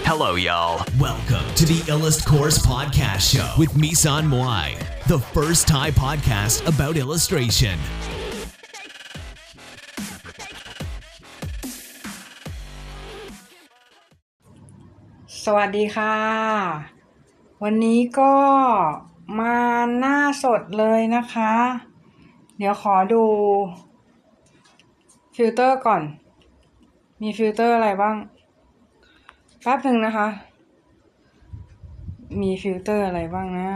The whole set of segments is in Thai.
Hello, y'all. Welcome to the Illust Course Podcast Show with Misan Moai, the first Thai podcast about illustration. สวัสดีค่ะวันนี้ก็มาหน้าสดเลยนะคะเดี๋ยวขอดูฟิลเตอร์ก่อนมีฟิลเตอร์อะไรบ้างแป๊บนึงนะคะมีฟิลเตอร์อะไรบ้างนะ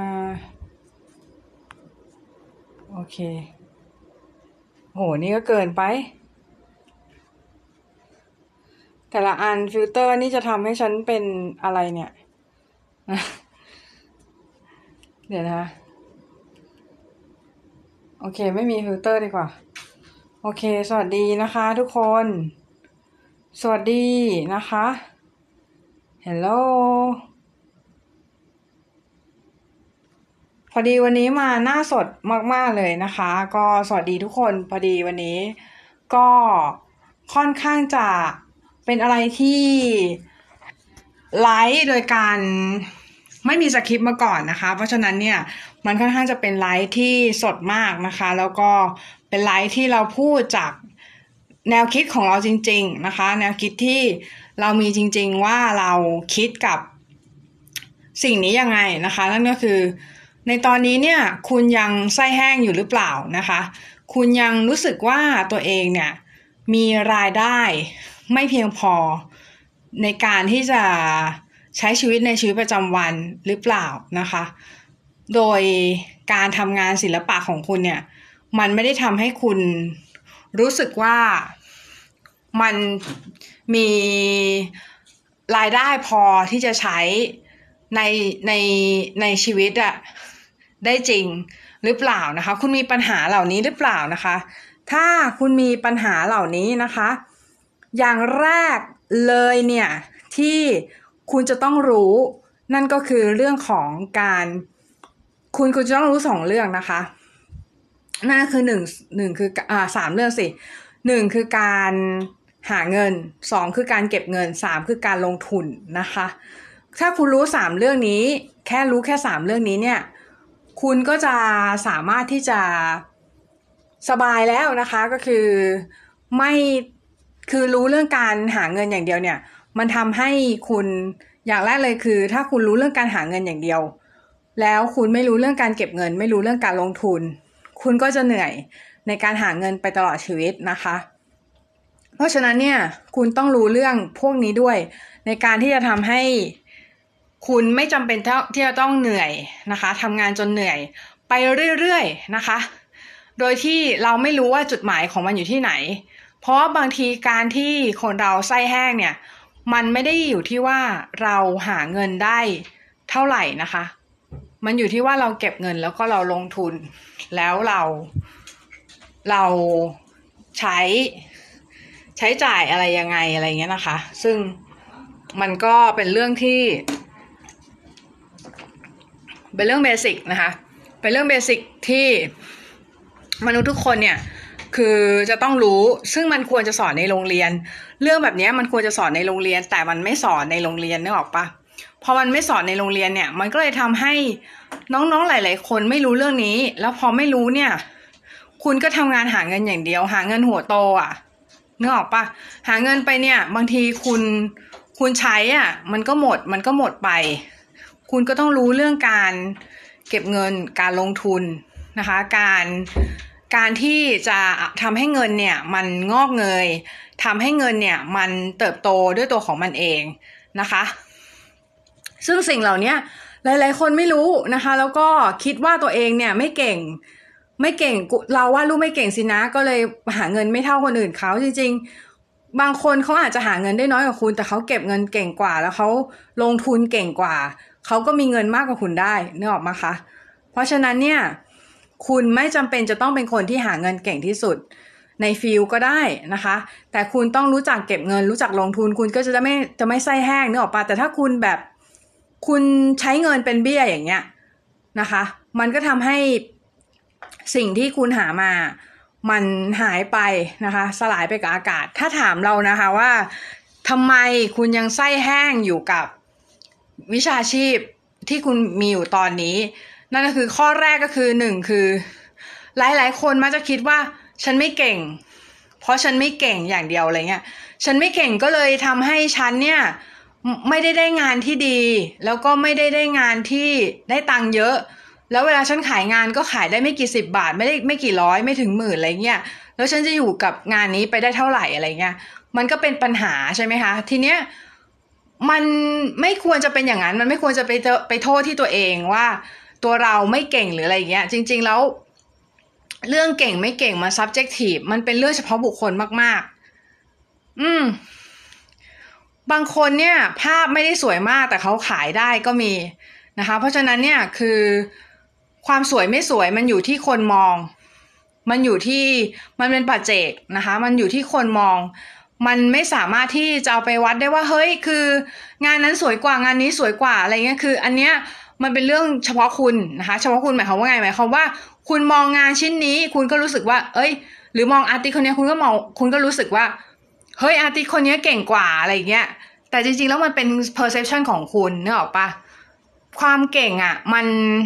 โอเคโหนี่ก็เกินไปแต่ละอันฟิลเตอร์นี่จะทำให้ฉันเป็นอะไรเนี่ยเดี๋ยวนะโอเคไม่มีฟิลเตอร์ดีกว่าโอเคสวัสดีนะคะทุกคนสวัสดีนะคะ Hello พอดีวันนี้มาหน้าสดมากๆเลยนะคะก็สวัสดีทุกคนพอดีวันนี้ก็ค่อนข้างจะเป็นอะไรที่ไลฟ์โดยการไม่มีสคริปต์มาก่อนนะคะเพราะฉะนั้นเนี่ยมันค่อนข้างจะเป็นไลฟ์ที่สดมากนะคะแล้วก็เป็นไลฟ์ที่เราพูดจากแนวคิดของเราจริงๆนะคะแนวคิดที่เรามีจริงๆว่าเราคิดกับสิ่งนี้ยังไงนะคะนั่นก็คือในตอนนี้เนี่ยคุณยังไส้แห้งอยู่หรือเปล่านะคะคุณยังรู้สึกว่าตัวเองเนี่ยมีรายได้ไม่เพียงพอในการที่จะใช้ชีวิตในชีวิตประจำวันหรือเปล่านะคะโดยการทำงานศิลปะของคุณเนี่ยมันไม่ได้ทำให้คุณรู้สึกว่ามันมีรายได้พอที่จะใช้ในชีวิตอะได้จริงหรือเปล่านะคะคุณมีปัญหาเหล่านี้หรือเปล่านะคะถ้าคุณมีปัญหาเหล่านี้นะคะอย่างแรกเลยเนี่ยที่คุณจะต้องรู้นั่นก็คือเรื่องของการคุณจะต้องรู้2เรื่องนะคะนั่นก็คือ1คือ3เรื่องสิ1คือการหาเงิน2คือการเก็บเงิน3คือการลงทุนนะคะถ้าคุณรู้3เรื่องนี้แค่รู้แค่3เรื่องนี้เนี่ยคุณก็จะสามารถที่จะสบายแล้วนะคะก็คือไม่คือรู้เรื่องการหาเงินอย่างเดียวเนี่ยมันทำให้คุณอย่างแรกเลยคือถ้าคุณรู้เรื่องการหาเงินอย่างเดียวแล้วคุณไม่รู้เรื่องการเก็บเงินไม่รู้เรื่องการลงทุนคุณก็จะเหนื่อยในการหาเงินไปตลอดชีวิตนะคะเพราะฉะนั้นเนี่ยคุณต้องรู้เรื่องพวกนี้ด้วยในการที่จะทำให้คุณไม่จำเป็นที่จะต้องเหนื่อยนะคะทำงานจนเหนื่อยไปเรื่อยๆนะคะโดยที่เราไม่รู้ว่าจุดหมายของมันอยู่ที่ไหนเพราะบางทีการที่คนเราไส้แห้งเนี่ยมันไม่ได้อยู่ที่ว่าเราหาเงินได้เท่าไหร่นะคะมันอยู่ที่ว่าเราเก็บเงินแล้วก็เราลงทุนแล้วเราใช้จ่ายอะไรยังไงอะไรเงี้ยนะคะซึ่งมันก็เป็นเรื่องที่เป็นเรื่องเบสิกนะคะเป็นเรื่องเบสิกที่มนุษย์ทุกคนเนี่ยคือจะต้องรู้ซึ่งมันควรจะสอนในโรงเรียนเรื่องแบบนี้มันควรจะสอนในโรงเรียนแต่มันไม่สอนในโรงเรียนนึกออกปะพอมันไม่สอนในโรงเรียนเนี่ยมันก็เลยทำให้น้องๆหลายๆคนไม่รู้เรื่องนี้แล้วพอไม่รู้เนี่ยคุณก็ทำงานหาเงินอย่างเดียวหาเงินหัวโตอ่ะนึกออกปะหาเงินไปเนี่ยบางทีคุณใช้อ่ะมันก็หมดไปคุณก็ต้องรู้เรื่องการเก็บเงินการลงทุนนะคะการที่จะทำให้เงินเนี่ยมันงอกเงยทำให้เงินเนี่ยมันเติบโตด้วยตัวของมันเองนะคะซึ่งสิ่งเหล่านี้หลายๆคนไม่รู้นะคะแล้วก็คิดว่าตัวเองเนี่ยไม่เก่งเราว่าลูกไม่เก่งสินะก็เลยหาเงินไม่เท่าคนอื่นเขาจริงๆบางคนเขาอาจจะหาเงินได้น้อยกว่าคุณแต่เขาเก็บเงินเก่งกว่าแล้วเขาลงทุนเก่งกว่าเขาก็มีเงินมากกว่าคุณได้นึกออกมั้ยคะเพราะฉะนั้นเนี่ยคุณไม่จำเป็นจะต้องเป็นคนที่หาเงินเก่งที่สุดในฟิลก็ได้นะคะแต่คุณต้องรู้จักเก็บเงินรู้จักลงทุนคุณก็จะไม่ไส้แห้งนึกออกปะแต่ถ้าคุณแบบคุณใช้เงินเป็นเบี้ยอย่างเงี้ยนะคะมันก็ทำให้สิ่งที่คุณหามามันหายไปนะคะสลายไปกับอากาศถ้าถามเรานะคะว่าทำไมคุณยังไส้แห้งอยู่กับวิชาชีพที่คุณมีอยู่ตอนนี้นั่นก็คือข้อแรกก็คือ1คือหลายๆคนมักจะคิดว่าฉันไม่เก่งเพราะฉันไม่เก่งอย่างเดียวอะไรเงี้ยฉันไม่เก่งก็เลยทำให้ฉันเนี่ยไม่ได้งานที่ดีแล้วก็ไม่ได้งานที่ได้ตังค์เยอะแล้วเวลาฉันขายงานก็ขายได้ไม่กี่สิบบาทไม่กี่ร้อยไม่ถึงหมื่นอะไรเงี้ยแล้วฉันจะอยู่กับงานนี้ไปได้เท่าไหร่อะไรเงี้ยมันก็เป็นปัญหาใช่ไหมคะทีเนี้ยมันไม่ควรจะเป็นอย่างนั้นมันไม่ควรจะไปโทษที่ตัวเองว่าตัวเราไม่เก่งหรืออะไรเงี้ยจริงๆแล้วเรื่องเก่งไม่เก่งมัน subjective มันเป็นเรื่องเฉพาะบุคคลมากๆบางคนเนี่ยภาพไม่ได้สวยมากแต่เขาขายได้ก็มีนะคะเพราะฉะนั้นเนี่ยคือความสวยไม่สวยมันอยู่ที่คนมองมันอยู่ที่มันเป็นปัจเจกนะคะมันอยู่ที่คนมองมันไม่สามารถที่จะเอาไปวัดได้ว่าเฮ้ยคืองานนั้นสวยกว่างานนี้สวยกว่าอะไรเงี้ยคืออันเนี้ยมันเป็นเรื่องเฉพาะคุณนะคะเฉพาะคุณหมายความว่าไงหมายความว่าคุณมองงานชิ้นนี้คุณก็รู้สึกว่าเอ้ยหรือมองอาร์ติสต์คนนี้คุณก็รู้สึกว่าเฮ้ยอาร์ติสต์คนนี้เก่งกว่าอะไรเงี้ยแต่จริงๆแล้วมันเป็น perception ของคุณนึกออกปะความเก่งอ่ะมัน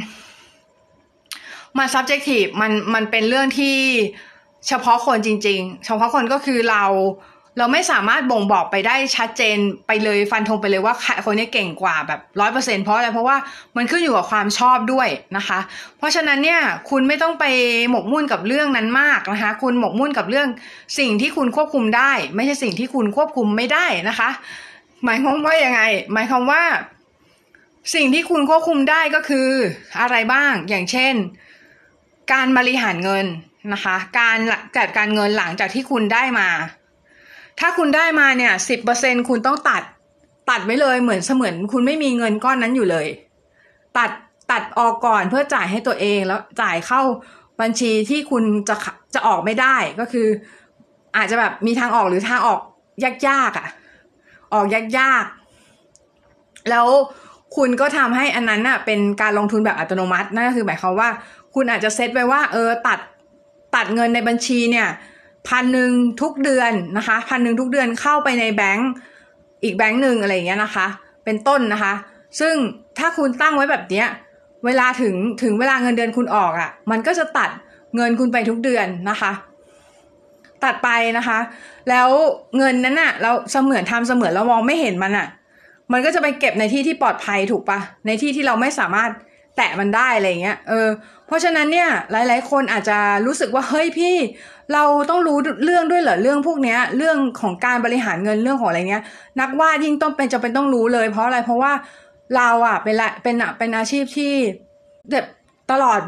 subjective มันเป็นเรื่องที่เฉพาะคนจริงๆเฉพาะคนก็คือเราไม่สามารถบ่งบอกไปได้ชัดเจนไปเลยฟันธงไปเลยว่าคนนี้เก่งกว่าแบบ 100% เพราะอะไรเพราะว่ามันขึ้นอยู่กับความชอบด้วยนะคะเพราะฉะนั้นเนี่ยคุณไม่ต้องไปหมกมุ่นกับเรื่องนั้นมากนะคะคุณหมกมุ่นกับเรื่องสิ่งที่คุณควบคุมได้ไม่ใช่สิ่งที่คุณควบคุมไม่ได้นะคะหมายความว่ายังไงหมายความว่าสิ่งที่คุณควบคุมได้ก็คืออะไรบ้างอย่างเช่นการบริหารเงินนะคะการจัดการเงินหลังจากที่คุณได้มาถ้าคุณได้มาเนี่ย 10% คุณต้องตัดไว้เลยเหมือนคุณไม่มีเงินก้อนนั้นอยู่เลยตัดออกก่อนเพื่อจ่ายให้ตัวเองแล้วจ่ายเข้าบัญชีที่คุณจะออกไม่ได้ก็คืออาจจะแบบมีทางออกหรือทางออกยากๆอ่ะออกยากๆแล้วคุณก็ทำให้อันนั้นน่ะเป็นการลงทุนแบบอัตโนมัตินั่นก็คือหมายความว่าคุณอาจจะเซตไว้ว่าตัดเงินในบัญชีเนี่ย1,000ทุกเดือนนะคะ1,000ทุกเดือนเข้าไปในแบงก์อีกแบงก์หนึ่งอะไรอย่างเงี้ยนะคะเป็นต้นนะคะซึ่งถ้าคุณตั้งไว้แบบเนี้ยเวลาถึงเวลาเงินเดือนคุณออกอ่ะมันก็จะตัดเงินคุณไปทุกเดือนนะคะตัดไปนะคะแล้วเงินนั้นน่ะเราเสมือนเรามองไม่เห็นมันอ่ะมันก็จะไปเก็บในที่ที่ปลอดภัยถูกปะในที่ที่เราไม่สามารถแตะมันได้อะไรเงี้ยเพราะฉะนั้นเนี่ยหลายๆคนอาจจะรู้สึกว่าเฮ้ยพี่เราต้องรู้เรื่องด้วยเหรอเรื่องพวกเนี้ยเรื่องของการบริหารเงินเรื่องของอะไรเงี้ยนักวาดยิ่งจะเป็นต้องรู้เลยเพราะอะไรเพราะว่าเราอ่ะเป็นอาชีพที่แบบตลอด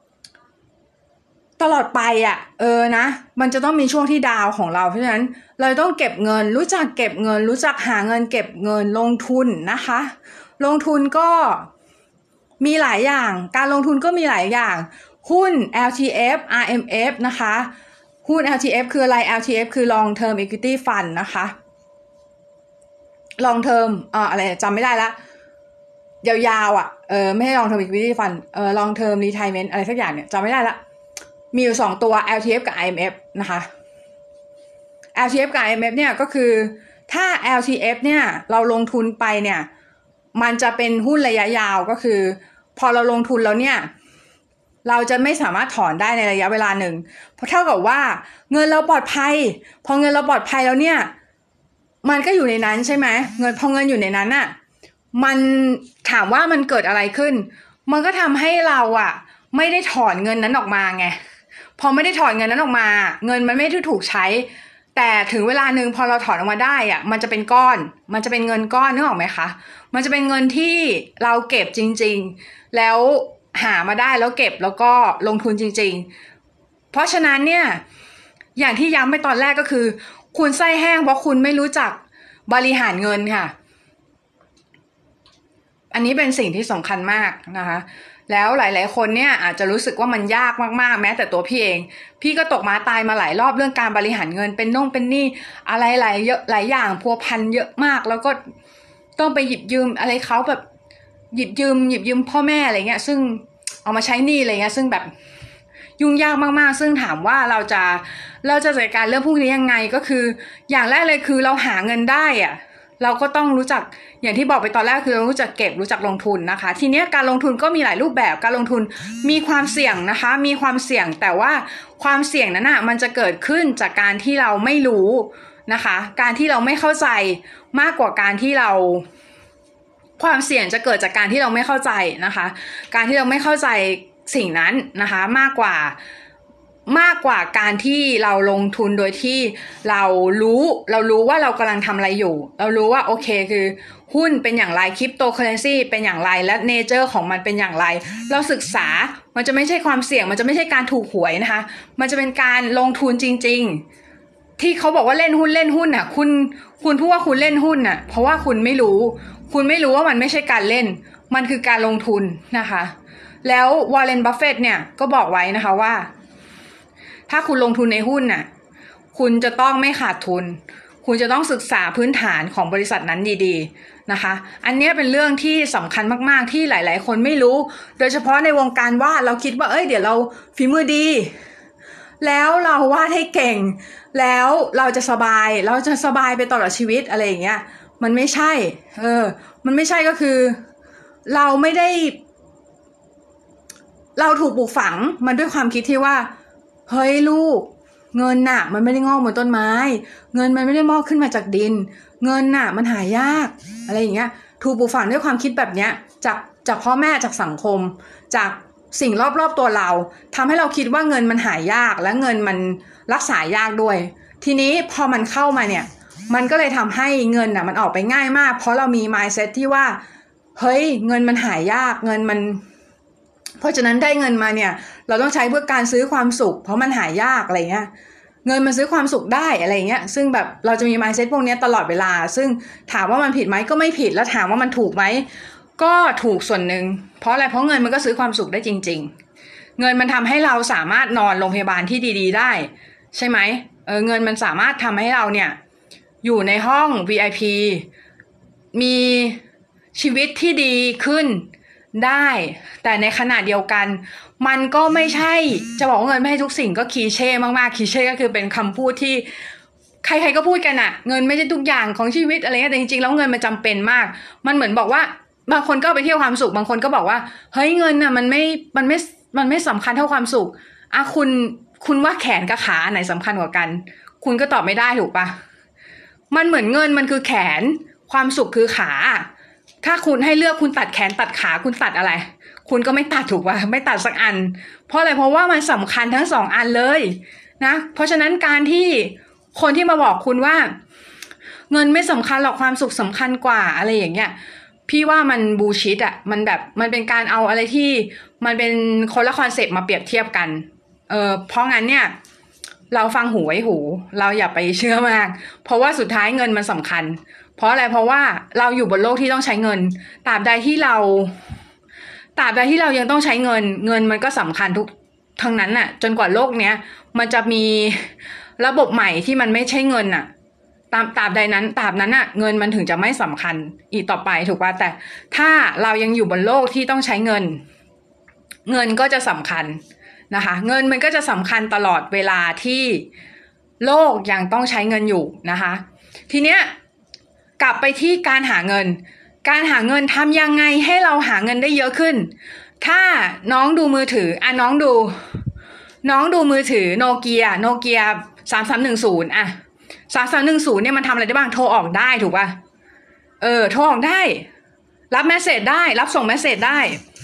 ไปอ่ะนะมันจะต้องมีช่วงที่ดาวของเราเพราะฉะนั้นเราต้องเก็บเงินรู้จักเก็บเงินรู้จักหาเงินเก็บเงินลงทุนนะคะลงทุนก็มีหลายอย่างการลงทุนก็มีหลายอย่างหุ้น LTF RMF นะคะหุ้น LTF คืออะไร LTF คือ Long Term Equity Fund นะคะ Long Term อะไรจำไม่ได้ละยาวๆอ่ะไม่ใช่ Long Term Equity Fund Long Term Retirement อะไรสักอย่างเนี่ยจำไม่ได้ละมีอยู่2ตัว LTF กับ IMF นะคะ LTF กับ IMF เนี่ยก็คือถ้า LTF เนี่ยเราลงทุนไปเนี่ยมันจะเป็นหุ้นระยะยาวก็คือพอเราลงทุนแล้วเนี่ยเราจะไม่สามารถถอนได้ในระยะเวลาหนึ่งเพราะเท่ากับว่าเงินเราปลอดภัยพอเงินเราปลอดภัยแล้วเนี่ยมันก็อยู่ในนั้นใช่ไหมพอเงินอยู่ในนั้นน่ะมันถามว่ามันเกิดอะไรขึ้นมันก็ทำให้เราอ่ะไม่ได้ถอนเงินนั้นออกมาไงพอไม่ได้ถอนเงินนั้นออกมาเงินมันไม่ได้ถูกใช้แต่ถึงเวลานึงพอเราถอนออกมาได้อ่ะมันจะเป็นก้อนมันจะเป็นเงินก้อนนึกออกไหมคะมันจะเป็นเงินที่เราเก็บจริงๆแล้วหามาได้แล้วเก็บแล้วก็ลงทุนจริงๆเพราะฉะนั้นเนี่ยอย่างที่ย้ำไปตอนแรกก็คือคุณไส้แห้งเพราะคุณไม่รู้จักบริหารเงินค่ะอันนี้เป็นสิ่งที่สำคัญมากนะคะแล้วหลายๆคนเนี่ยอาจจะรู้สึกว่ามันยากมากๆแม้แต่ตัวพี่เองพี่ก็ตกม้าตายมาหลายรอบเรื่องการบริหารเงินเป็นหนี้อะไรหลายอย่างพัวพันเยอะมากแล้วก็ต้องไปหยิบยืมอะไรเขาแบบหยิบยืมพ่อแม่อะไรเงี้ยซึ่งเอามาใช้หนี้อะไรเงี้ยซึ่งแบบยุ่งยากมากๆซึ่งถามว่าเราจะจัดการเรื่องพวกนี้ยังไงก็คืออย่างแรกเลยคือเราหาเงินได้อะเราก็ต้องรู้จักอย่างที่บอกไปตอนแรกคือเรารู้จักเก็บรู้จักลงทุนนะคะทีนี้การลงทุนก็มีหลายรูปแบบการลงทุนมีความเสี่ยงนะคะมีความเสี่ยงแต่ว่าความเสี่ยงนั้นน่ะมันจะเกิดขึ้นจากการที่เราไม่รู้นะคะการที่เราไม่เข้าใจมากกว่าการที่เราความเสี่ยงจะเกิดจากการที่เราไม่เข้าใจนะคะการที่เราไม่เข้าใจสิ่งนั้นนะคะมากกว่าการที่เราลงทุนโดยที่เรารู้ว่าเรากำลังทำอะไรอยู่เรารู้ว่าโอเคคือหุ้นเป็นอย่างไรคริปโตเคอเรนซีเป็นอย่างไรและเนเจอร์ของมันเป็นอย่างไรเราศึกษามันจะไม่ใช่ความเสี่ยงมันจะไม่ใช่การถูกหวยนะคะมันจะเป็นการลงทุนจริงๆที่เขาบอกว่าเล่นหุ้นน่ะคุณพูดว่าคุณเล่นหุ้นน่ะเพราะว่าคุณไม่รู้ว่ามันไม่ใช่การเล่นมันคือการลงทุนนะคะแล้ววอร์เรน บัฟเฟตต์เนี่ยก็บอกไว้นะคะว่าถ้าคุณลงทุนในหุ้นน่ะคุณจะต้องไม่ขาดทุนคุณจะต้องศึกษาพื้นฐานของบริษัทนั้นดีๆนะคะอันนี้เป็นเรื่องที่สำคัญมากๆที่หลายๆคนไม่รู้โดยเฉพาะในวงการวาดเราคิดว่าเดี๋ยวเราฝีมือดีแล้วเราวาดให้เก่งแล้วเราจะสบายไปตลอดชีวิตอะไรอย่างเงี้ยมันไม่ใช่มันไม่ใช่ก็คือเราไม่ได้เราถูกปลูกฝังมันด้วยความคิดที่ว่าเฮ้ยลูกเงินน่ะมันไม่ได้งอกบนต้นไม้เงินมันไม่ได้งอกขึ้นมาจากดินเงินน่ะมันหายากอะไรอย่างเงี้ยถูกปลูกฝังด้วยความคิดแบบเนี้ยจากพ่อแม่จากสังคมจากสิ่งรอบๆตัวเราทำให้เราคิดว่าเงินมันหายากและเงินมันรักษายากด้วยทีนี้พอมันเข้ามาเนี่ยมันก็เลยทำให้เงินน่ะมันออกไปง่ายมากเพราะเรามี mindset ที่ว่าเฮ้ยเงินมันหายากเงินมันเพราะฉะนั้นได้เงินมาเนี่ยเราต้องใช้เพื่อการซื้อความสุขเพราะมันหายากอะไรเงี้ยเงินมันซื้อความสุขได้อะไรเงี้ยซึ่งแบบเราจะมี mindset พวกนี้ตลอดเวลาซึ่งถามว่ามันผิดไหมก็ไม่ผิดแล้วถามว่ามันถูกไหมก็ถูกส่วนหนึ่งเพราะอะไรเพราะเงินมันก็ซื้อความสุขได้จริงๆเงินมันทำให้เราสามารถนอนโรงพยาบาลที่ดีๆได้ใช่ไหมเงินมันสามารถทำให้เราเนี่ยอยู่ในห้อง VIP มีชีวิตที่ดีขึ้นได้แต่ในขณะเดียวกันมันก็ไม่ใช่จะบอกว่าเงินไม่ให้ทุกสิ่งก็คลีเช่มากๆคลีเช่ก็คือเป็นคำพูดที่ใครๆก็พูดกันอะเงินไม่ใช่ทุกอย่างของชีวิตอะไรเงี้ยแต่จริงๆแล้วเงินมันจำเป็นมากมันเหมือนบอกว่าบางคนก็ไปเที่ยวความสุขบางคนก็บอกว่าเฮ้ยเงินอะมันไม่สำคัญเท่าความสุขอะคุณว่าแขนกับขาไหนสำคัญกว่ากันคุณก็ตอบไม่ได้ถูกปะมันเหมือนเงินมันคือแขนความสุขคือขาถ้าคุณให้เลือกคุณตัดแขนตัดขาคุณตัดอะไรคุณก็ไม่ตัดถูกป่ะไม่ตัดสักอันเพราะอะไรเพราะว่ามันสำคัญทั้งสองอันเลยนะเพราะฉะนั้นการที่คนที่มาบอกคุณว่าเงินไม่สำคัญหรอกความสุขสำคัญกว่าอะไรอย่างเงี้ยพี่ว่ามันบูชิตอ่ะมันแบบมันเป็นการเอาอะไรที่มันเป็นคนละคอนเซปต์มาเปรียบเทียบกันเพราะงั้นเนี่ยเราฟังหูไว้หูเราอย่าไปเชื่อมากเพราะว่าสุดท้ายเงินมันสำคัญเพราะอะไรเพราะว่าเราอยู่บนโลกที่ต้องใช้เงินตราบใดที่เรายังต้องใช้เงินมันก็สำคัญทุกทั้งนั้นน่ะจนกว่าโลกเนี้ยมันจะมีระบบใหม่ที่มันไม่ใช่เงินน่ะตราบนั้นน่ะเงินมันถึงจะไม่สำคัญอีกต่อไปถูกป่ะแต่ถ้าเรายังอยู่บนโลกที่ต้องใช้เงินก็จะสำคัญนะคะเงินมันก็จะสำคัญตลอดเวลาที่โลกยังต้องใช้เงินอยู่นะคะทีเนี้ยกลับไปที่การหาเงินทำยังไงให้เราหาเงินได้เยอะขึ้นถ้าน้องดูมือถือน้องดูมือถือโนเกีย33103310เนี่ยมันทำอะไรได้บ้างโทรออกได้ถูกป่ะโทรออกได้รับเมสเสจได้รับส่งเมสเสจได้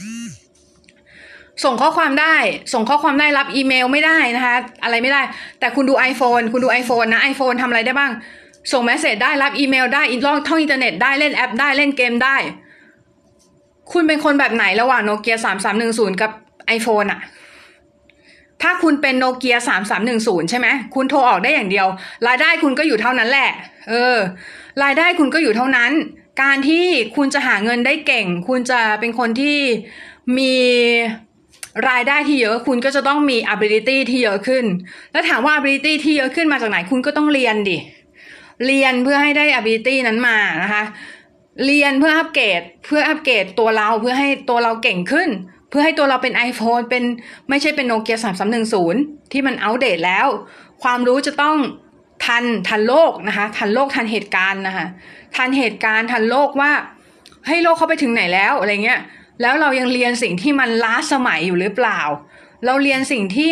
ส่งข้อความได้รับอีเมลไม่ได้นะคะอะไรไม่ได้แต่คุณดู iPhone นะ iPhone ทำอะไรได้บ้างส่งเมสเสจได้รับอีเมลได้ท่องอินเทอร์เน็ตได้เล่นแอปได้เล่นเกมได้คุณเป็นคนแบบไหนระหว่างโนเกีย3310กับ iPhone อะถ้าคุณเป็นโนเกีย3310ใช่ไหมคุณโทรออกได้อย่างเดียวรายได้คุณก็อยู่เท่านั้นแหละรายได้คุณก็อยู่เท่านั้นการที่คุณจะหาเงินได้เก่งคุณจะเป็นคนที่มีรายได้ที่เยอะคุณก็จะต้องมี ability ที่เยอะขึ้นแล้วถามว่า ability ที่เยอะขึ้นมาจากไหนคุณก็ต้องเรียนเพื่อให้ได้ ability นั้นมานะคะเรียนเพื่ออัปเกรดตัวเราเพื่อให้ตัวเราเก่งขึ้นเพื่อให้ตัวเราเป็น iPhone ไม่ใช่เป็นโนเกีย3310ที่มันอัปเดตแล้วความรู้จะต้องทันโลกนะคะทันโลกทันเหตุการณ์นะคะทันเหตุการณ์ทันโลกว่าให้โลกเขาไปถึงไหนแล้วอะไรเงี้ยแล้วเรายังเรียนสิ่งที่มันล้าสมัยอยู่หรือเปล่าเราเรียนสิ่งที่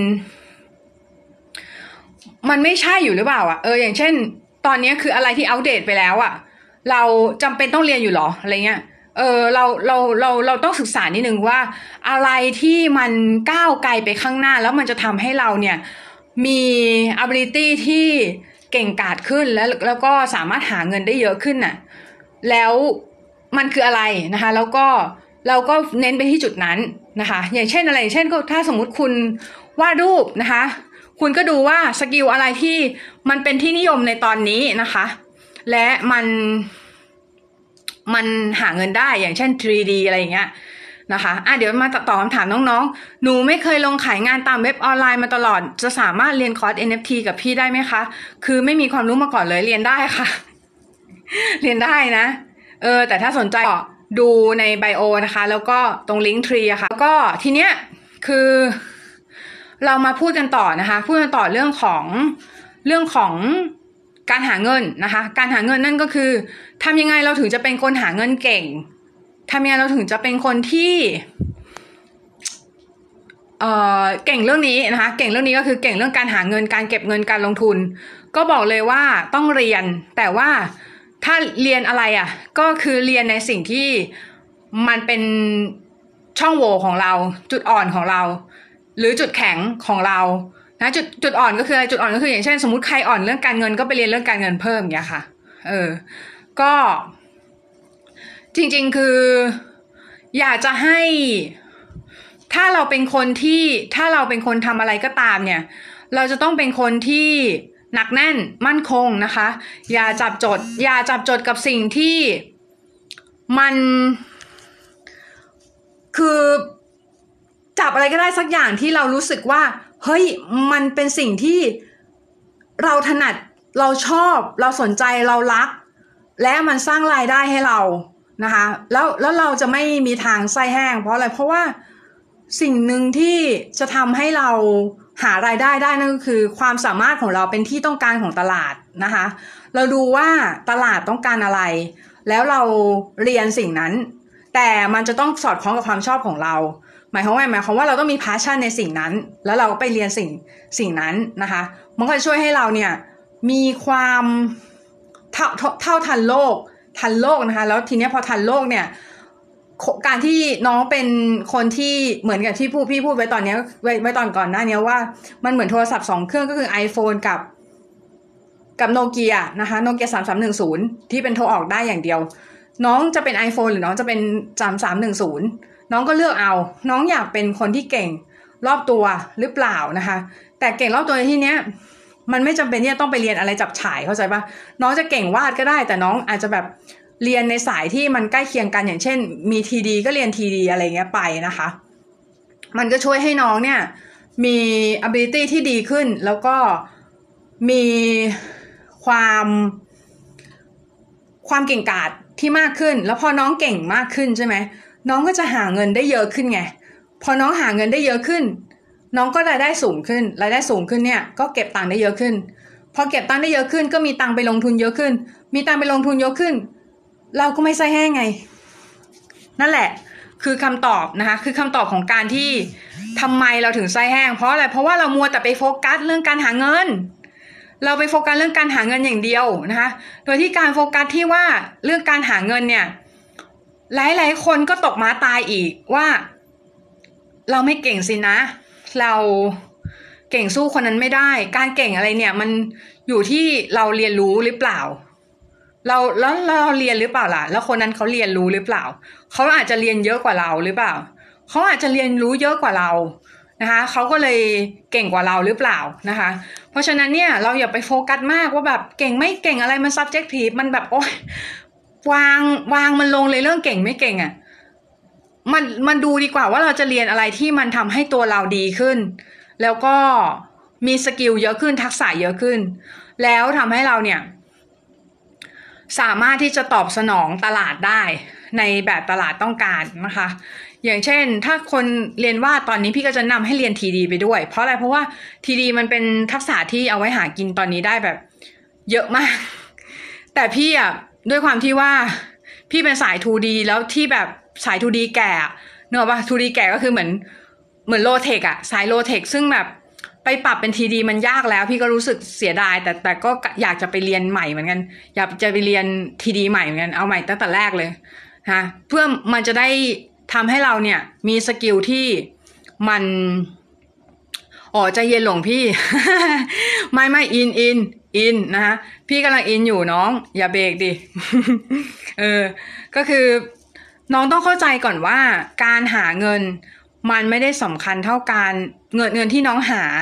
มันไม่ใช่อยู่หรือเปล่าอย่างเช่นตอนนี้คืออะไรที่อัปเดตไปแล้วเราจำเป็นต้องเรียนอยู่หรออะไรเงี้ยเราต้องศึกษานิดนึงว่าอะไรที่มันก้าวไกลไปข้างหน้าแล้วมันจะทำให้เราเนี่ยมี ability ที่เก่งกาจขึ้นแล้วก็สามารถหาเงินได้เยอะขึ้นน่ะแล้วมันคืออะไรนะคะแล้วก็เราก็เน้นไปที่จุดนั้นนะคะอย่างเช่นอะไรเช่นก็ถ้าสมมุติคุณวาดรูปนะคะคุณก็ดูว่าสกิลอะไรที่มันเป็นที่นิยมในตอนนี้นะคะและมันหาเงินได้อย่างเช่น 3D อะไรอย่างเงี้ยนะคะเดี๋ยวมาตอบคำถามน้องๆหนูไม่เคยลงขายงานตามเว็บออนไลน์มาตลอดจะสามารถเรียนคอร์ส NFT กับพี่ได้ไหมคะคือไม่มีความรู้มาก่อนเลยเรียนได้ค่ะ เรียนได้นะแต่ถ้าสนใจดูในไบโอนะคะแล้วก็ตรงลิงก์ทรีค่ะแล้วก็ทีเนี้ยคือเรามาพูดกันต่อนะคะพูดกันต่อเรื่องของการหาเงินนะคะการหาเงินนั่นก็คือทำยังไงเราถึงจะเป็นคนหาเงินเก่งทำยังไงเราถึงจะเป็นคนที่เก่งเรื่องนี้นะคะเก่งเรื่องนี้ก็คือเก่งเรื่องการหาเงินการเก็บเงินการลงทุนก็บอกเลยว่าต้องเรียนแต่ว่าถ้าเรียนอะไรก็คือเรียนในสิ่งที่มันเป็นช่องโหว่ของเราจุดอ่อนของเราหรือจุดแข็งของเรานะจุดอ่อนก็คืออะไรจุดอ่อนก็คืออย่างเช่นสมมุติใครอ่อนเรื่องการเงินก็ไปเรียนเรื่องการเงินเพิ่มอย่างเงี้ยค่ะก็จริงๆคืออยากจะให้ถ้าเราเป็นคนทำอะไรก็ตามเนี่ยเราจะต้องเป็นคนที่หนักแน่นมั่นคงนะคะอย่าจับจดกับสิ่งที่มันคือจับอะไรก็ได้สักอย่างที่เรารู้สึกว่าเฮ้ยมันเป็นสิ่งที่เราถนัดเราชอบเราสนใจเรารักและมันสร้างรายได้ให้เรานะคะแล้วเราจะไม่มีทางไส้แห้งเพราะอะไรเพราะว่าสิ่งหนึ่งที่จะทำให้เราหารายได้ได้นั่นก็คือความสามารถของเราเป็นที่ต้องการของตลาดนะคะเราดูว่าตลาดต้องการอะไรแล้วเราเรียนสิ่งนั้นแต่มันจะต้องสอดคล้องกับความชอบของเราหมายความว่าเราต้องมี passion ในสิ่งนั้นแล้วเราก็ไปเรียนสิ่งนั้นนะคะมันก็จะช่วยให้เราเนี่ยมีความเท่าทันโลกนะคะแล้วทีนี้พอทันโลกเนี่ยการที่น้องเป็นคนที่เหมือนกับที่พี่พูดไว้ตอนนี้ไว้ตอนก่อนหน้านี้ว่ามันเหมือนโทรศัพท์2เครื่องก็คือ iPhone กับโนเกียนะคะโนเกีย3310ที่เป็นโทรออกได้อย่างเดียวน้องจะเป็น iPhone หรือน้องจะเป็น3310น้องก็เลือกเอาน้องอยากเป็นคนที่เก่งรอบตัวหรือเปล่านะคะแต่เก่งรอบตัวในที่เนี้ยมันไม่จำเป็นที่จะต้องไปเรียนอะไรจับฉ่ายเข้าใจปะน้องจะเก่งวาดก็ได้แต่น้องอาจจะแบบเรียนในสายที่มันใกล้เคียงกันอย่างเช่นมีทีดีก็เรียนทีดีอะไรเงี้ยไปนะคะมันก็ช่วยให้น้องเนี่ยมี ability ที่ดีขึ้นแล้วก็มีความเก่งกาจที่มากขึ้นแล้วพอน้องเก่งมากขึ้นใช่ไหมน้องก็จะหาเงินได้เยอะขึ้นไงพอน้องหาเงินได้เยอะขึ้นน้องก็รายได้สูงขึ้นเนี่ยก็เก็บตังค์ได้เยอะขึ้นพอเก็บตังค์ได้เยอะขึ้นก็มีตังค์ไปลงทุนเยอะขึ้นมีตังค์ไปลงทุนเยอะขึ้นเราก็ไม่ไส้แห้งไงนั่นแหละคือคำตอบนะคะคือคำตอบของการที่ทำไมเราถึงไส้แห้งเพราะอะไรเพราะว่าเรามัวแต่ไปโฟกัสเรื่องการหาเงินเราไปโฟกัสเรื่องการหาเงินอย่างเดียวนะคะโดยที่การโฟกัสที่ว่าเรื่องการหาเงินเนี่ยหลายคนก็ตกม้าตายอีกว่าเราไม่เก่งสินะเราเก่งสู้คนนั้นไม่ได้การเก่งอะไรเนี่ยมันอยู่ที่เราเรียนรู้หรือเปล่าเราเรียนหรือเปล่าล่ะแล้วคนนั้นเขาเรียนรู้หรือเปล่าเขาอาจจะเรียนเยอะกว่าเราหรือเปล่าเขาอาจจะเรียนรู้เยอะกว่าเรานะคะเขาก็เลยเก่งกว่าเราหรือเปล่านะคะเพราะฉะนั้นเนี่ยเราอย่าไปโฟกัสมากว่าแบบเก่งไม่เก่งอะไรมัน subjective มันแบบโอ๊ยวางมันลงเลยเรื่องเก่งไม่เก่งมันดูดีกว่าว่าเราจะเรียนอะไรที่มันทำให้ตัวเราดีขึ้นแล้วก็มีสกิลเยอะขึ้นทักษะเยอะขึ้นแล้วทำให้เราเนี่ยสามารถที่จะตอบสนองตลาดได้ในแบบตลาดต้องการนะคะอย่างเช่นถ้าคนเรียนวาดตอนนี้พี่ก็จะนำให้เรียน TD ไปด้วยเพราะอะไรเพราะว่า TD มันเป็นทักษะที่เอาไว้หากินตอนนี้ได้แบบเยอะมากแต่พี่อ่ะด้วยความที่ว่าพี่เป็นสาย 2D แล้วที่แบบสาย 2D แก่เนอะป่ะ 2D แก่ก็คือเหมือนโลเทคอะสายโลเทคซึ่งแบบไปปรับเป็น TD มันยากแล้วพี่ก็รู้สึกเสียดายแต่ก็อยากจะไปเรียนใหม่เหมือนกันอยากจะไปเรียน TD ใหม่เหมือนกันเอาใหม่ตั้งแต่แรกเลยนะเพื่อมันจะได้ทำให้เราเนี่ยมีสกิลที่มันใจเย็นหลงพี่ ไม่อินนะคะพี่กำลังอินอยู่น้องอย่าเบรกดิ ก็คือน้องต้องเข้าใจก่อนว่าการหาเงินมันไม่ได้สำคัญเท่าการเงินที่น้องหา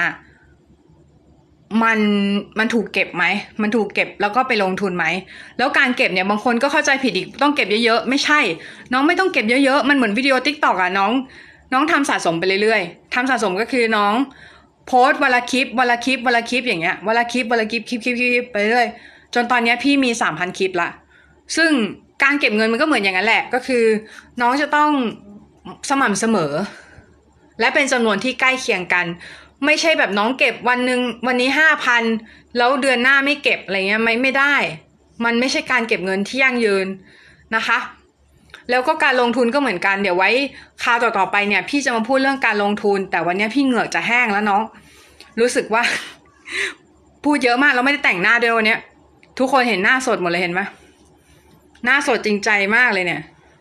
มันถูกเก็บไหมมันถูกเก็บแล้วก็ไปลงทุนไหมแล้วการเก็บเนี่ยบางคนก็เข้าใจผิดอีกต้องเก็บเยอะๆไม่ใช่น้องไม่ต้องเก็บเยอะๆมันเหมือนวิดีโอ TikTok อ่ะน้องทำสะสมไปเรื่อยๆทำสะสมก็คือน้องโพสต์วันละคลิปอย่างเงี้ยวันละคลิปคลิปไปเรื่อยจนตอนนี้พี่มี 3,000 คลิปละซึ่งการเก็บเงินมันก็เหมือนอย่างนั้นแหละก็คือน้องจะต้องสม่ำเสมอและเป็นจำนวนที่ใกล้เคียงกันไม่ใช่แบบน้องเก็บวันนี้ 5,000 แล้วเดือนหน้าไม่เก็บอะไรเงี้ยไม่ได้มันไม่ใช่การเก็บเงินที่ยั่งยืนนะคะแล้วก็การลงทุนก็เหมือนกันเดี๋ยวไว้คราวต่อไปเนี่ยพี่จะมาพูดเรื่องการลงทุนแต่วันนี้พี่เหงือกจะแห้งแล้วน้องรู้สึกว่า พูดเยอะมากแล้วไม่ได้แต่งหน้าด้วยวันนี้ทุกคนเห็นหน้าสดหมดเลยเห็นไหมหน้าสดจริงใจมากเลยเนี่ย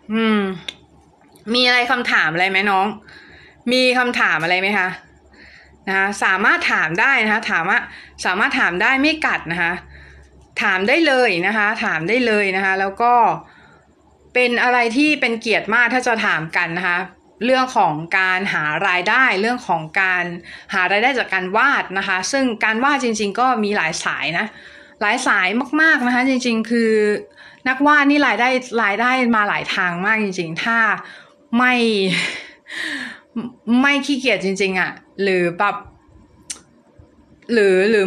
มีอะไรคำถามอะไรไหมน้องมีคำถามอะไรไหมคะนะคะสามารถถามได้นะคะสามารถถามได้ไม่กัดนะคะถามได้เลยนะคะถามได้เลยนะคะแล้วก็เป็นอะไรที่เป็นเกียรติมากถ้าจะถามกันนะคะเรื่องของการหารายได้เรื่องของการหารายได้จากการวาดนะคะซึ่งการวาดจริงๆก็มีหลายสายนะหลายสายมากๆนะคะจริงๆคือนักวาดนี่รายได้มาหลายทางมากจริงๆถ้าไม่ขี้เกียจจริงๆอ่ะหรือแบบหรือ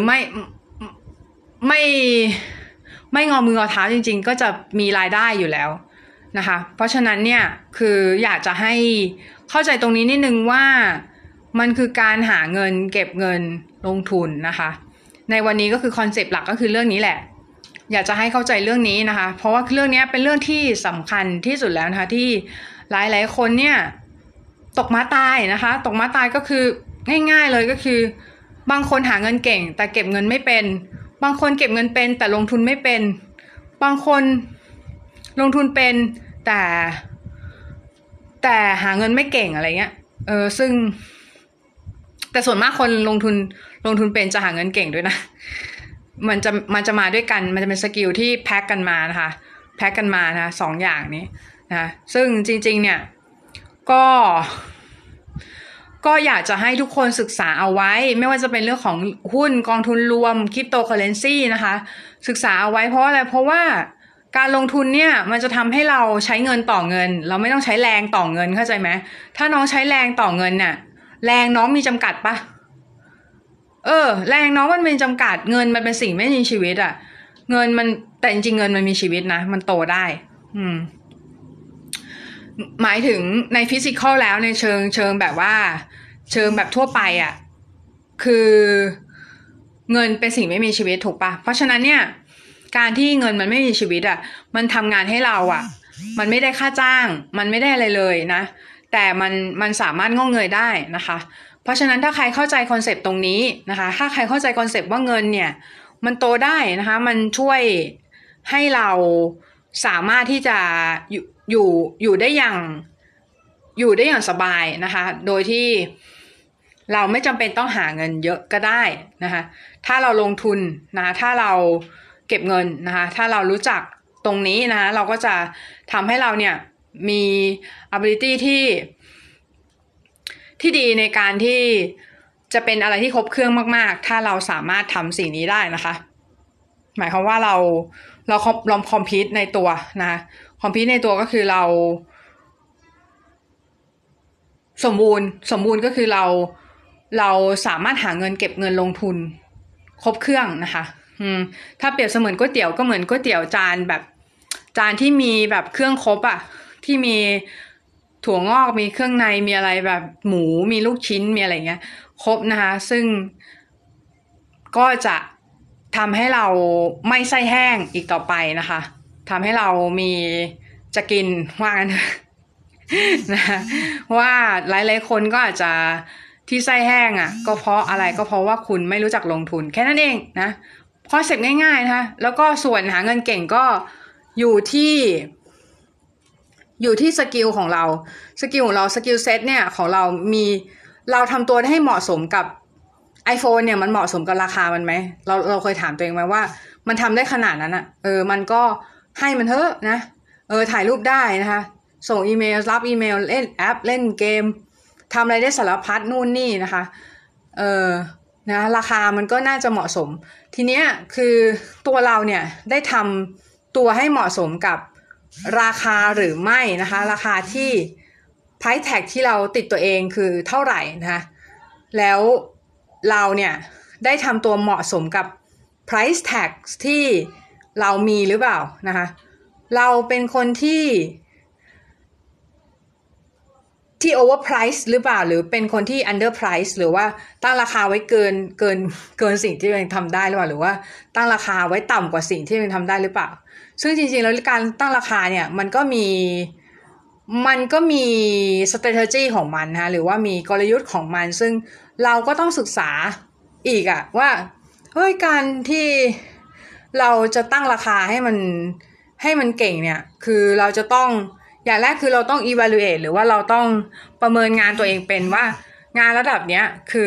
ไม่งอมืองอเท้าจริงๆก็จะมีรายได้อยู่แล้วนะคะเพราะฉะนั้นเนี่ยคืออยากจะให้เข้าใจตรงนี้นิดนึงว่ามันคือการหาเงินเก็บเงินลงทุนนะคะในวันนี้ก็คือคอนเซปต์หลักก็คือเรื่องนี้แหละอยากจะให้เข้าใจเรื่องนี้นะคะเพราะว่าเรื่องนี้เป็นเรื่องที่สำคัญที่สุดแล้วนะคะที่หลายๆคนเนี่ยตกม้าตายนะคะตกม้าตายก็คือง่ายๆเลยก็คือบางคนหาเงินเก่งแต่เก็บเงินไม่เป็นบางคนเก็บเงินเป็นแต่ลงทุนไม่เป็นบางคนลงทุนเป็นแต่หาเงินไม่เก่งอะไรเงี้ยซึ่งแต่ส่วนมากคนลงทุนเป็นจะหาเงินเก่งด้วยนะมันจะมาด้วยกันมันจะเป็นสกิลที่แพ็กกันมานะคะแพ็กกันมานะสองอย่างนี้นะซึ่งจริงๆเนี่ยก็อยากจะให้ทุกคนศึกษาเอาไว้ไม่ว่าจะเป็นเรื่องของหุ้นกองทุนรวมคริปโตเคอเรนซีนะคะศึกษาเอาไว้เพราะอะไรเพราะว่าการลงทุนเนี่ยมันจะทำให้เราใช้เงินต่อเงินเราไม่ต้องใช้แรงต่อเงินเข้าใจไหมถ้าน้องใช้แรงต่อเงินเนี่ยแรงน้องมีจำกัดปะแรงน้องมันเป็นจำกัดเงินมันเป็นสิ่งไม่มีชีวิตอ่ะเงินมันแต่จริงๆเงินมันมีชีวิตนะมันโตได้หมายถึงในฟิสิกอลแล้วในเชิงแบบว่าเชิงแบบทั่วไปอ่ะคือเงินเป็นสิ่งไม่มีชีวิตถูกปะเพราะฉะนั้นเนี่ยการที่เงินมันไม่มีชีวิตอ่ะมันทำงานให้เราอ่ะมันไม่ได้ค่าจ้างมันไม่ได้อะไรเลยนะแต่มันสามารถงอกเงยได้นะคะเพราะฉะนั้นถ้าใครเข้าใจคอนเซปต์ตรงนี้นะคะถ้าใครเข้าใจคอนเซปต์ว่าเงินเนี่ยมันโตได้นะคะมันช่วยให้เราสามารถที่จะอยู่ได้อย่างสบายนะคะโดยที่เราไม่จำเป็นต้องหาเงินเยอะก็ได้นะคะถ้าเราลงทุนนะคะถ้าเราเก็บเงินนะคะถ้าเรารู้จักตรงนี้นะคะเราก็จะทำให้เราเนี่ยมี ability ที่ดีในการที่จะเป็นอะไรที่ครบเครื่องมากๆถ้าเราสามารถทำสิ่งนี้ได้นะคะหมายความว่าเราคอมพิวต์ในตัวนะคอมพิวต์ในตัวก็คือเราสมบูรณ์ก็คือเราสามารถหาเงินเก็บเงินลงทุนครบเครื่องนะคะถ้าเปรียบเสมือนก๋วยเตี๋ยวก็เหมือนก๋วยเตี๋ยวจานที่มีแบบเครื่องครบอ่ะที่มีถั่วงอกมีเครื่องในมีอะไรแบบหมูมีลูกชิ้นมีอะไรเงี้ยครบนะคะซึ่งก็จะทำให้เราไม่ไส้แห้งอีกต่อไปนะคะทำให้เรามีจะกินว่างั้นนะว่าหลายๆคนก็อาจจะที่ไส้แห้งอ่ะก็เพราะอะไรก็เพราะว่าคุณไม่รู้จักลงทุนแค่นั้นเองนะคอนเซ็ปต์ง่ายๆนะคะแล้วก็ส่วนหาเงินเก่งก็อยู่ที่สกิลของเราสกิลเซ็ตเนี่ยของเรามีเราทำตัวให้เหมาะสมกับ iPhone เนี่ยมันเหมาะสมกับราคามันไหมเราเคยถามตัวเองไหมว่ามันทำได้ขนาดนั้นอะมันก็ให้มันเถอะนะถ่ายรูปได้นะคะส่งอีเมลรับอีเมลเล่นแอปเล่นเกมทำอะไรได้สารพัดนู่นนี่นะคะนะราคามันก็น่าจะเหมาะสมทีเนี้ยคือตัวเราเนี่ยได้ทำตัวให้เหมาะสมกับราคาหรือไม่นะคะราคาที่ price tag ที่เราติดตัวเองคือเท่าไหร่นะคะแล้วเราเนี่ยได้ทำตัวเหมาะสมกับ price tag ที่เรามีหรือเปล่านะคะเราเป็นคนที่ overprice หรือเปล่าหรือเป็นคนที่ underprice หรือว่าตั้งราคาไว้เกินสิ่งที่ตัวเองทำได้หรือเปล่าหรือว่าตั้งราคาไว้ต่ำกว่าสิ่งที่ตัวเองทำได้หรือเปล่าซึ่งจริงๆแล้วการตั้งราคาเนี่ยมันก็มี strategy ของมันนะคะหรือว่ามีกลยุทธ์ของมันซึ่งเราก็ต้องศึกษาอีกอะว่าเฮ้ยการที่เราจะตั้งราคาให้มันเก่งเนี่ยคือเราจะต้องอย่างแรกคือเราต้อง evaluate หรือว่าเราต้องประเมินงานตัวเองเป็นว่างานระดับเนี้ยคือ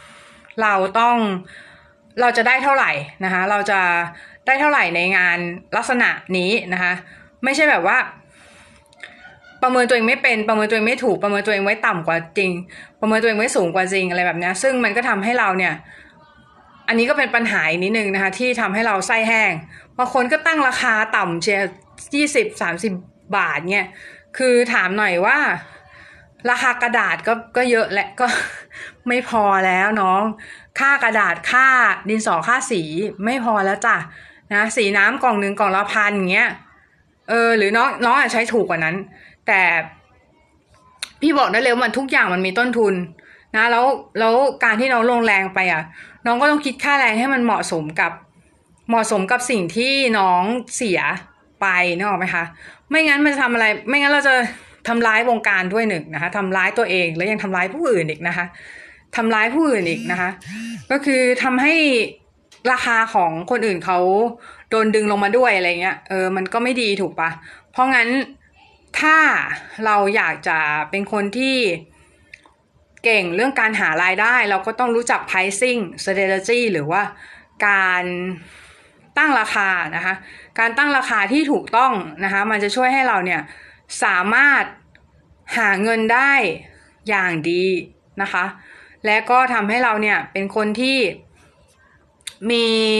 เราจะได้เท่าไหร่นะคะเราจะได้เท่าไหร่ในงานลักษณะนี้นะคะไม่ใช่แบบว่าประเมินตัวเองไม่เป็นประเมินตัวเองไม่ถูกประเมินตัวเองไว้ต่ำกว่าจริงประเมินตัวเองไว้สูงกว่าจริงอะไรแบบนี้ซึ่งมันก็ทำให้เราเนี่ยอันนี้ก็เป็นปัญหาอีกนิดนึงนะคะที่ทำให้เราไส้แห้งบางคนก็ตั้งราคาต่ำเชีย20-30 บาทเนี่ยคือถามหน่อยว่าราคากระดาษก็เยอะและก็ไม่พอแล้วน้องค่ากระดาษค่าดินสอค่าสีไม่พอแล้วจ้ะนะสีน้ำกล่องนึงกล่องละ1,000อย่างเงี้ยหรือน้องอาจใช้ถูกกว่านั้นแต่พี่บอกได้เลยว่ามันทุกอย่างมันมีต้นทุนนะแล้วการที่น้องลงแรงไปน้องก็ต้องคิดค่าแรงให้มันเหมาะสมกับสิ่งที่น้องเสียไปนึกออกไหมคะไม่งั้นมันจะทำอะไรไม่งั้นเราจะทำร้ายวงการด้วยหนึ่งนะคะทำร้ายตัวเองแล้วยังทำร้ายผู้อื่นอีกนะคะทำร้ายผู้อื่นอีกนะคะก็คือทำให้ราคาของคนอื่นเขาโดนดึงลงมาด้วยอะไรเงี้ยมันก็ไม่ดีถูกปะเพราะงั้นถ้าเราอยากจะเป็นคนที่เก่งเรื่องการหารายได้เราก็ต้องรู้จัก pricing strategy หรือว่าการตั้งราคานะคะการตั้งราคาที่ถูกต้องนะคะมันจะช่วยให้เราเนี่ยสามารถหาเงินได้อย่างดีนะคะและก็ทำให้เราเนี่ยเป็นคนที่มี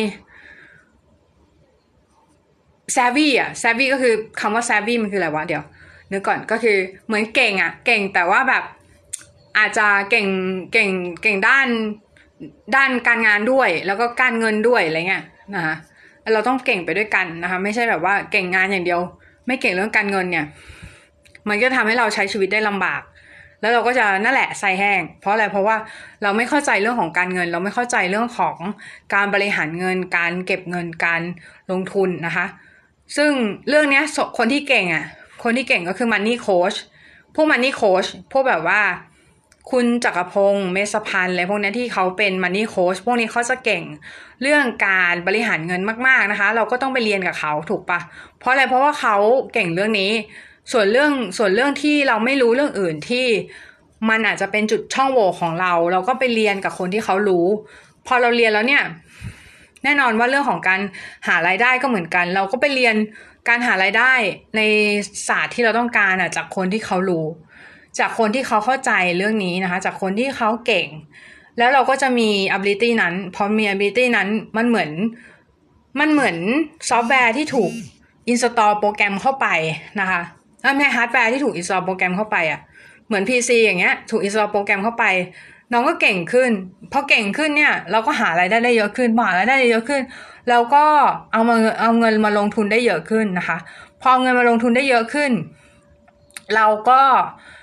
savvy ก็คือคำว่า savvy มันคืออะไรวะเดี๋ยวนึกก่อนก็คือเหมือนเก่งเก่งแต่ว่าแบบอาจจะเก่งด้านการงานด้วยแล้วก็การเงินด้วยอะไรเงี้ยนะคะเราต้องเก่งไปด้วยกันนะคะไม่ใช่แบบว่าเก่งงานอย่างเดียวไม่เก่งเรื่องการเงินเนี่ยมันก็ทำให้เราใช้ชีวิตได้ลำบากแล้วเราก็จะนั่นแหละไส้แห้งเพราะอะไรเพราะว่าเราไม่เข้าใจเรื่องของการเงินเราไม่เข้าใจเรื่องของการบริหารเงินการเก็บเงินการลงทุนนะคะซึ่งเรื่องนี้คนที่เก่งก็คือ Money Coach พวก Money Coach พวกแบบว่าคุณจักรพงษ์เมษพันธ์อะไรพวกนี้ที่เขาเป็น Money Coach พวกนี้เขาจะเก่งเรื่องการบริหารเงินมากๆนะคะเราก็ต้องไปเรียนกับเขาถูกปะเพราะอะไรเพราะว่าเขาเก่งเรื่องนี้ส่วนเรื่องที่เราไม่รู้เรื่องอื่นที่มันอาจจะเป็นจุดช่องโหว่ของเราก็ไปเรียนกับคนที่เขารู้พอเราเรียนแล้วเนี่ยแน่นอนว่าเรื่องของการหารายได้ก็เหมือนกันเราก็ไปเรียนการหารายได้ในศาสตร์ที่เราต้องการจากคนที่เขารู้จากคนที่เขาเข้าใจเรื่องนี้นะคะจากคนที่เขาเก่งแล้วเราก็จะมี ability นั้นพอมี ability นั้นมันเหมือนซอฟต์แวร์ที่ถูก install โปรแกรมเข้าไปนะคะไม่ใช่ฮาร์ดแวร์ที่ถูก install โปรแกรมเข้าไปเหมือน PC อย่างเงี้ยถูก install โปรแกรมเข้าไปน้องก็เก่งขึ้นพอเก่งขึ้นเนี่ยเราก็หารายได้เยอะขึ้นหารายได้เยอะขึ้นเราก็เอาเงินมาลงทุนได้เยอะขึ้นนะคะพอเงินมาลงทุนได้เยอะขึ้นเราก็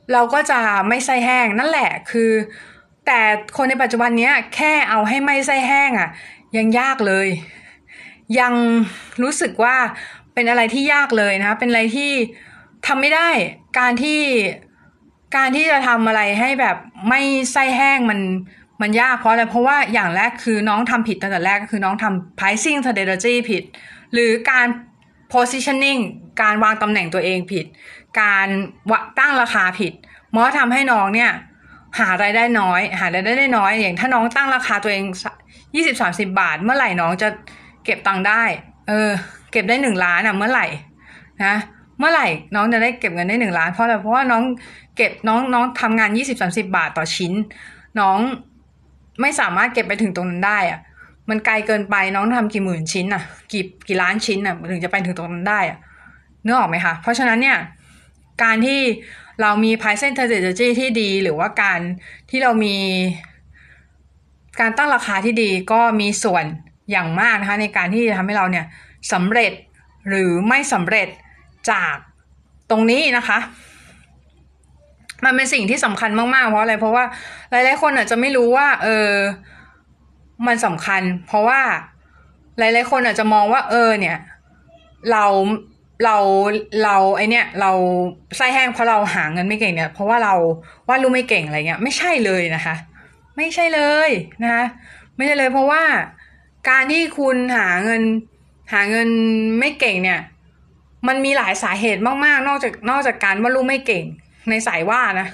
เราก็จะไม่ไส้แห้งนั่นแหละคือแต่คนในปัจจุบันนี้แค่เอาให้ไม่ไส้แห้งยังยากเลยยังรู้สึกว่าเป็นอะไรที่ยากเลยนะคะเป็นอะไรที่ทำไม่ได้การที่จะทำอะไรให้แบบไม่ไส้แห้งมันยากเพราะอะไรเพราะว่าอย่างแรกคือน้องทำผิดตั้งแต่แรกก็คือน้องทำ pricing strategy ผิดหรือการ positioning การวางตำแหน่งตัวเองผิดการตั้งราคาผิดมันก็ทำให้น้องเนี่ยหารายได้น้อยอย่างถ้าน้องตั้งราคาตัวเอง 20-30 บาทเมื่อไหร่น้องจะเก็บตังค์ได้เก็บได้1 ล้านเมื่อไหร่นะเมื่อไหร่น้องจะได้เก็บเงินได้1 ล้านเพราะอะไรเพราะว่าน้องเก็บน้องทำงาน 20-30 บาทต่อชิ้นน้องไม่สามารถเก็บไปถึงตรงนั้นได้มันไกลเกินไปน้องทำกี่หมื่นชิ้นกี่ล้านชิ้นถึงจะไปถึงตรงนั้นได้นึกออกไหมคะเพราะฉะนั้นเนี่ยการที่เรามี pricing strategy ที่ดีหรือว่าการที่เรามีการตั้งราคาที่ดีก็มีส่วนอย่างมากนะคะในการที่จะทำให้เราเนี่ยสำเร็จหรือไม่สำเร็จจากตรงนี้นะคะมันเป็นสิ่งที่สำคัญมากๆเพราะอะไรเพราะว่าหลายๆคนอาจจะไม่รู้ว่ามันสำคัญเพราะว่าหลายๆคนอาจจะมองว่าเนี่ยเราไอเนี่ยเราไส้แห้งเพราะเราหาเงินไม่เก่งเนี่ยเพราะว่าเราวาดรูปไม่เก่งอะไรเงี้ยไม่ใช่เลยนะคะไม่ใช่เลยนะคะไม่ใช่เลยเพราะว่าการที่คุณหาเงินไม่เก่งเนี่ยมันมีหลายสาเหตุมากๆนอกจากการวาดรูปไม่เก่งในสายวาดนะ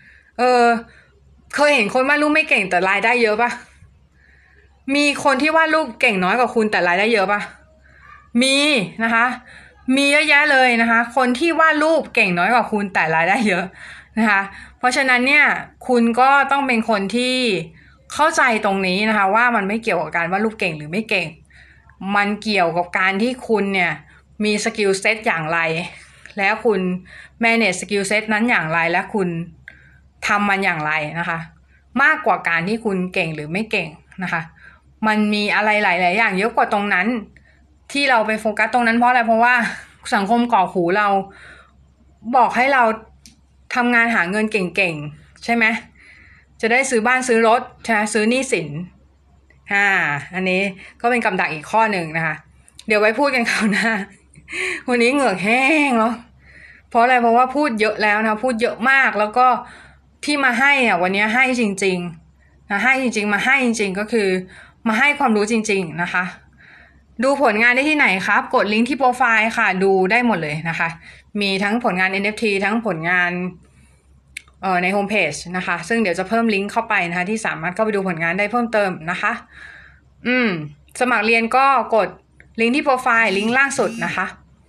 เคยเห็นคนวาดรูปไม่เก่งแต่รายได้เยอะปะมีคนที่วาดรูปเก่งน้อยกว่าคุณแต่รายได้เยอะปะมีนะคะมีเยอะแยะเลยนะคะคนที่วาดรูปเก่งน้อยกว่าคุณแต่รายได้เยอะนะคะเพราะฉะนั้นเนี่ยคุณก็ต้องเป็นคนที่เข้าใจตรงนี้นะคะว่ามันไม่เกี่ยวกับการวาดรูปเก่งหรือไม่เก่งมันเกี่ยวกับการที่คุณเนี่ยมีสกิลเซ็ตอย่างไรแล้วคุณ manage สกิลเซ็ตนั้นอย่างไรและคุณทำมันอย่างไรนะคะมากกว่าการที่คุณเก่งหรือไม่เก่งนะคะมันมีอะไรหลายๆอย่างเยอะกว่าตรงนั้นที่เราไปโฟกัสตรงนั้นเพราะอะไรเพราะว่าสังคมก่อหูเราบอกให้เราทำงานหาเงินเก่งๆใช่ไหมจะได้ซื้อบ้านซื้อรถใช่ไหมซื้อหนี้สินอันนี้ก็เป็นกำดักอีกข้อหนึ่งนะคะเดี๋ยวไว้พูดกันคราวหน้าวันนี้เหงือกแห้งแล้วเพราะอะไรเพราะว่าพูดเยอะแล้วนะพูดเยอะมากแล้วก็ที่มาให้วันนี้ให้จริงๆนะให้จริงๆมาให้จริงๆก็คือมาให้ความรู้จริงๆนะคะดูผลงานได้ที่ไหนครับกดลิงก์ที่โปรไฟล์ค่ะดูได้หมดเลยนะคะมีทั้งผลงาน NFT ทั้งผลงานในโฮมเพจนะคะซึ่งเดี๋ยวจะเพิ่มลิงก์เข้าไปนะคะที่สามารถเข้าไปดูผลงานได้เพิ่มเติมนะคะสมัครเรียนก็กดลิงก์ที่โปรไฟล์ลิงก์ล่างสุดนะคะ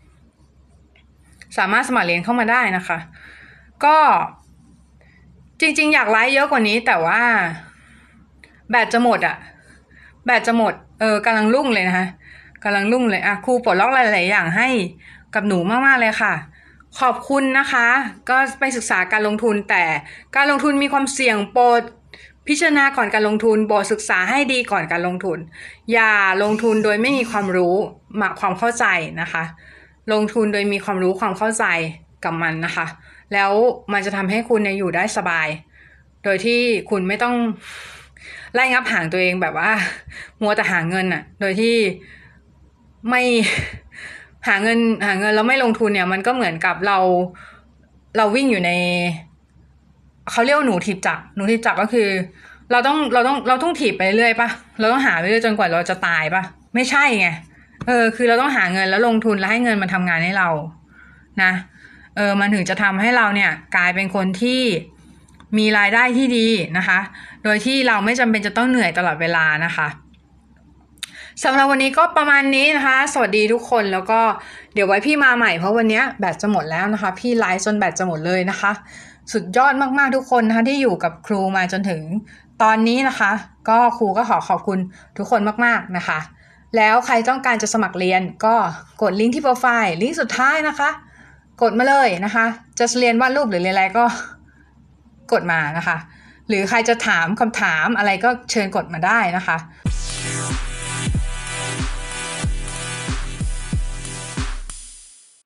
สามารถสมัครเรียนเข้ามาได้นะคะก็จริงๆอยากไลฟ์เยอะกว่านี้แต่ว่าแบตจะหมดกำลังรุ่งเลยนะคะกำลังรุ่งเลยครูปลดล็อกหลายๆอย่างให้กับหนูมากๆเลยค่ะขอบคุณนะคะก็ไปศึกษาการลงทุนแต่การลงทุนมีความเสี่ยงโปรดพิจารณาก่อนการลงทุนโปรดศึกษาให้ดีก่อนการลงทุนอย่าลงทุนโดยไม่มีความรู้ความเข้าใจนะคะลงทุนโดยมีความรู้ความเข้าใจกับมันนะคะแล้วมันจะทำให้คุณเนี่ยอยู่ได้สบายโดยที่คุณไม่ต้องไล่งับหางตัวเองแบบว่ามัวแต่หาเงินโดยที่ไม่หาเงินแล้วไม่ลงทุนเนี่ยมันก็เหมือนกับเราวิ่งอยู่ในเขาเรียกว่าหนูถีบจักรก็คือเราต้องถีบไปเรื่อยป่ะเราต้องหาไปเรื่อยจนกว่าเราจะตายป่ะไม่ใช่ไงคือเราต้องหาเงินแล้วลงทุนแล้วให้เงินมันทำงานให้เรานะมันถึงจะทำให้เราเนี่ยกลายเป็นคนที่มีรายได้ที่ดีนะคะโดยที่เราไม่จำเป็นจะต้องเหนื่อยตลอดเวลานะคะสำหรับวันนี้ก็ประมาณนี้นะคะสวัสดีทุกคนแล้วก็เดี๋ยวไว้พี่มาใหม่เพราะวันนี้แบตจะหมดแล้วนะคะพี่ไลฟ์จนแบตจะหมดเลยนะคะสุดยอดมากๆทุกคนนะคะที่อยู่กับครูมาจนถึงตอนนี้นะคะก็ครูก็ขอบคุณทุกคนมากๆนะคะแล้วใครต้องการจะสมัครเรียนก็กดลิงก์ที่โปรไฟล์ลิงก์สุดท้ายนะคะกดมาเลยนะคะจะเรียนวาดรูปหรือเรียนอะไรก็กดมานะคะหรือใครจะถามคำถามอะไรก็เชิญกดมาได้นะคะ